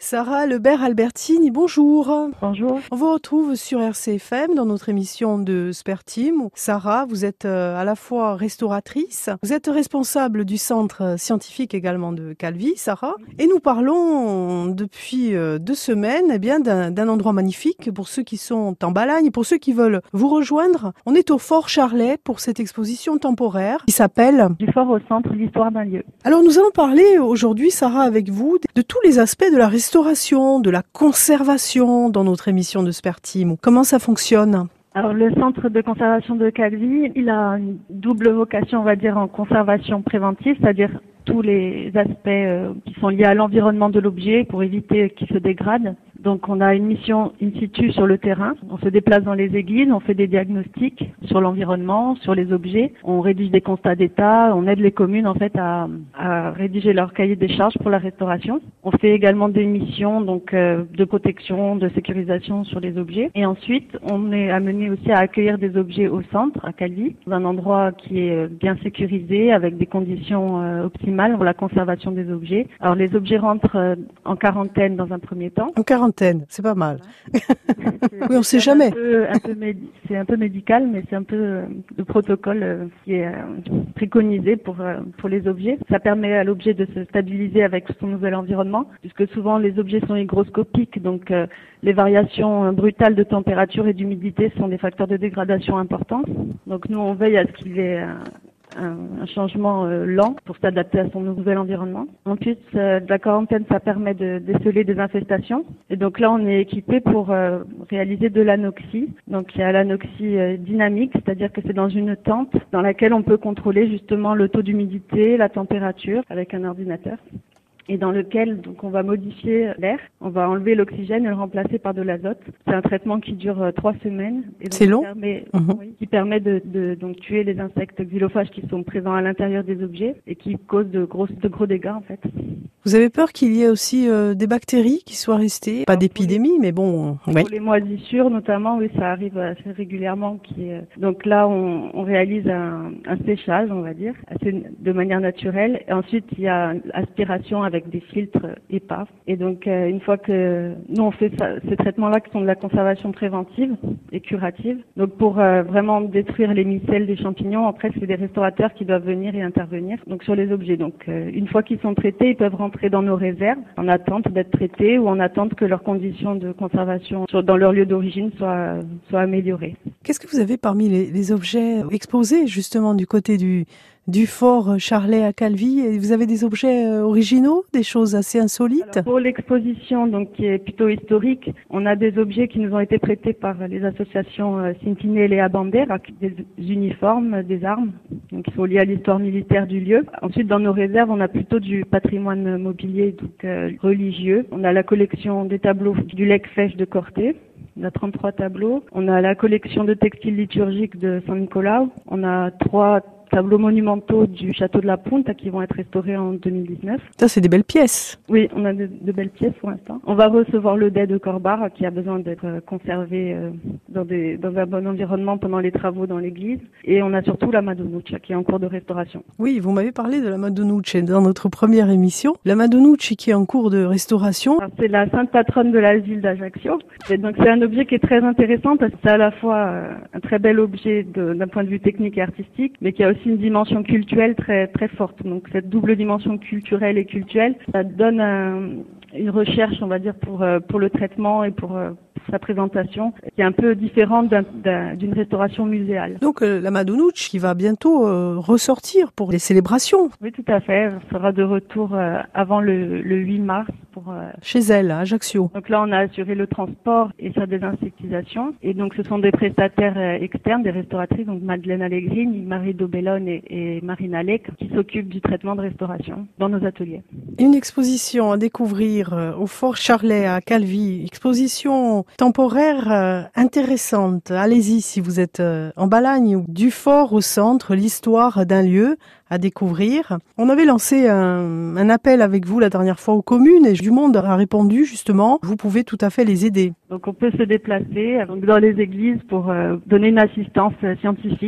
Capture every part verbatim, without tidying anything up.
Sarah Lebert-Albertini, bonjour. Bonjour. On vous retrouve sur R C F M dans notre émission de Spertim. Sarah, vous êtes à la fois restauratrice, vous êtes responsable du centre scientifique également de Calvi, Sarah, et nous parlons depuis deux semaines eh bien, d'un, d'un endroit magnifique pour ceux qui sont en Balagne, pour ceux qui veulent vous rejoindre. On est au Fort Charlet pour cette exposition temporaire qui s'appelle Du fort au centre, l'histoire d'un lieu. Alors nous allons parler aujourd'hui, Sarah, avec vous, de tous les aspects de la restauration, de la conservation dans notre émission de Spertim. Comment ça fonctionne ? Alors le centre de conservation de Calvi, il a une double vocation, on va dire, en conservation préventive, c'est-à-dire tous les aspects euh, qui sont liés à l'environnement de l'objet pour éviter qu'il se dégrade. Donc on a une mission in situ sur le terrain, on se déplace dans les églises, on fait des diagnostics sur l'environnement, sur les objets, on rédige des constats d'état, on aide les communes en fait à, à rédiger leur cahier des charges pour la restauration. On fait également des missions donc euh, de protection, de sécurisation sur les objets. Et ensuite on est amené aussi à accueillir des objets au centre, à Calvi, dans un endroit qui est bien sécurisé avec des conditions euh, optimales pour la conservation des objets. Alors les objets rentrent euh, en quarantaine dans un premier temps. En quarantaine. C'est pas mal. Oui, on sait jamais. Un peu, un peu médi- c'est un peu médical, mais c'est un peu euh, le protocole euh, qui est euh, préconisé pour euh, pour les objets. Ça permet à l'objet de se stabiliser avec son nouvel environnement, puisque souvent les objets sont hygroscopiques, donc euh, les variations euh, brutales de température et d'humidité sont des facteurs de dégradation importants. Donc nous, on veille à ce qu'il ait euh, un, un changement euh, lent pour s'adapter à son nouvel environnement. Ensuite, euh, de la quarantaine, ça permet de déceler des infestations. Et donc là, on est équipé pour euh, réaliser de l'anoxie. Donc il y a l'anoxie euh, dynamique, c'est-à-dire que c'est dans une tente dans laquelle on peut contrôler justement le taux d'humidité, la température avec un ordinateur. Et dans lequel donc on va modifier l'air, on va enlever l'oxygène et le remplacer par de l'azote. C'est un traitement qui dure euh, trois semaines. Et donc C'est long. Qui permet, Mmh. oui, qui permet de, de donc tuer les insectes xylophages qui sont présents à l'intérieur des objets et qui causent de gros de gros dégâts en fait. Vous avez peur qu'il y ait aussi euh, des bactéries qui soient restées, pas d'épidémie, mais bon. Pour Oui. les moisissures notamment, oui, ça arrive assez régulièrement. Qui est... Donc là, on, on réalise un, un séchage, on va dire, assez, de manière naturelle. Et ensuite, il y a aspiration avec des filtres épars. Et donc, euh, une fois que nous, on fait ça, ces traitements-là qui sont de la conservation préventive et curative. Donc, pour euh, vraiment détruire les micelles des champignons, après, c'est des restaurateurs qui doivent venir et intervenir. Donc, sur les objets. Donc, euh, une fois qu'ils sont traités, ils peuvent rentrer dans nos réserves en attente d'être traités ou en attente que leurs conditions de conservation sur, dans leur lieu d'origine soient, soient améliorées. Qu'est-ce que vous avez parmi les, les objets exposés justement du côté du, du fort Charlet à Calvi? Et vous avez des objets originaux, des choses assez insolites? Alors, pour l'exposition, donc qui est plutôt historique, on a des objets qui nous ont été prêtés par les associations euh, Sentinelle et Abander, des uniformes, des armes, donc qui sont liés à l'histoire militaire du lieu. Ensuite, dans nos réserves, on a plutôt du patrimoine mobilier, donc euh, religieux. On a la collection des tableaux du Lec Fèche de Corté. On a trente-trois tableaux. On a la collection de textiles liturgiques de Saint-Nicolas. On a trois tableaux monumentaux du château de la Punta qui vont être restaurés en deux mille dix-neuf. Ça, c'est des belles pièces. Oui, on a de, de belles pièces pour l'instant. On va recevoir le dais de Corbar qui a besoin d'être conservé euh, dans, des, dans un bon environnement pendant les travaux dans l'église. Et on a surtout la Madonuccia qui est en cours de restauration. Oui, vous m'avez parlé de la Madonuccia dans notre première émission. La Madonuccia qui est en cours de restauration. Alors, c'est la sainte patronne de la ville d'Ajaccio. Et donc c'est un objet qui est très intéressant parce que c'est à la fois euh, un très bel objet de, d'un point de vue technique et artistique, mais qui a aussi une dimension culturelle très très forte. Donc cette double dimension culturelle et culturelle, ça donne un, une recherche, on va dire, pour pour le traitement et pour, pour sa présentation, qui est un peu différente d'un, d'un, d'une restauration muséale. Donc euh, la Madonuccia qui va bientôt euh, ressortir pour les célébrations. Oui, tout à fait. Elle sera de retour euh, avant le, le huit mars. Pour, euh... Chez elle, à Ajaccio. Donc là, on a assuré le transport et sa désinsectisation. Et donc, ce sont des prestataires euh, externes, des restauratrices, donc Madeleine Allegrini, Marie Dobellone et, et Marina Lec, qui s'occupent du traitement de restauration dans nos ateliers. Une exposition à découvrir euh, au Fort Charlet à Calvi, exposition temporaire euh, intéressante. Allez-y si vous êtes euh, en Balagne, du fort au centre, l'histoire d'un lieu à découvrir. On avait lancé un, un appel avec vous la dernière fois aux communes et du monde a répondu justement, vous pouvez tout à fait les aider. Donc on peut se déplacer donc dans les églises pour euh, donner une assistance scientifique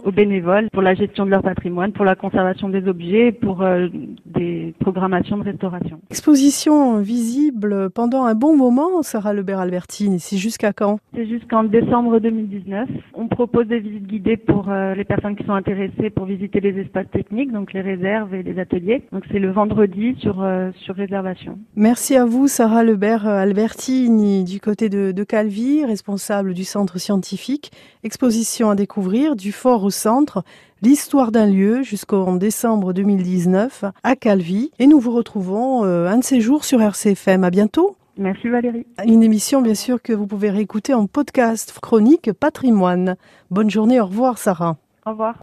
aux bénévoles pour la gestion de leur patrimoine, pour la conservation des objets, pour euh, des programmations de restauration. Exposition visible pendant un bon moment, Sarah Lebert-Albertine. C'est jusqu'à quand? C'est jusqu'en décembre deux mille dix-neuf. On propose des visites guidées pour euh, les personnes qui sont intéressées pour visiter les espaces techniques, donc les réserves et les ateliers. Donc c'est le vendredi sur, euh, sur réservation. Merci à vous, Sarah Lebert-Albertine, du côté de, de Calvi, responsable du centre scientifique. Exposition à découvrir du fort au centre, l'histoire d'un lieu jusqu'en décembre deux mille dix-neuf à Calvi. Et nous vous retrouvons euh, un de ces jours sur R C F M. À bientôt. Merci Valérie. Une émission bien sûr que vous pouvez réécouter en podcast Chronique Patrimoine. Bonne journée, au revoir Sarah. Au revoir.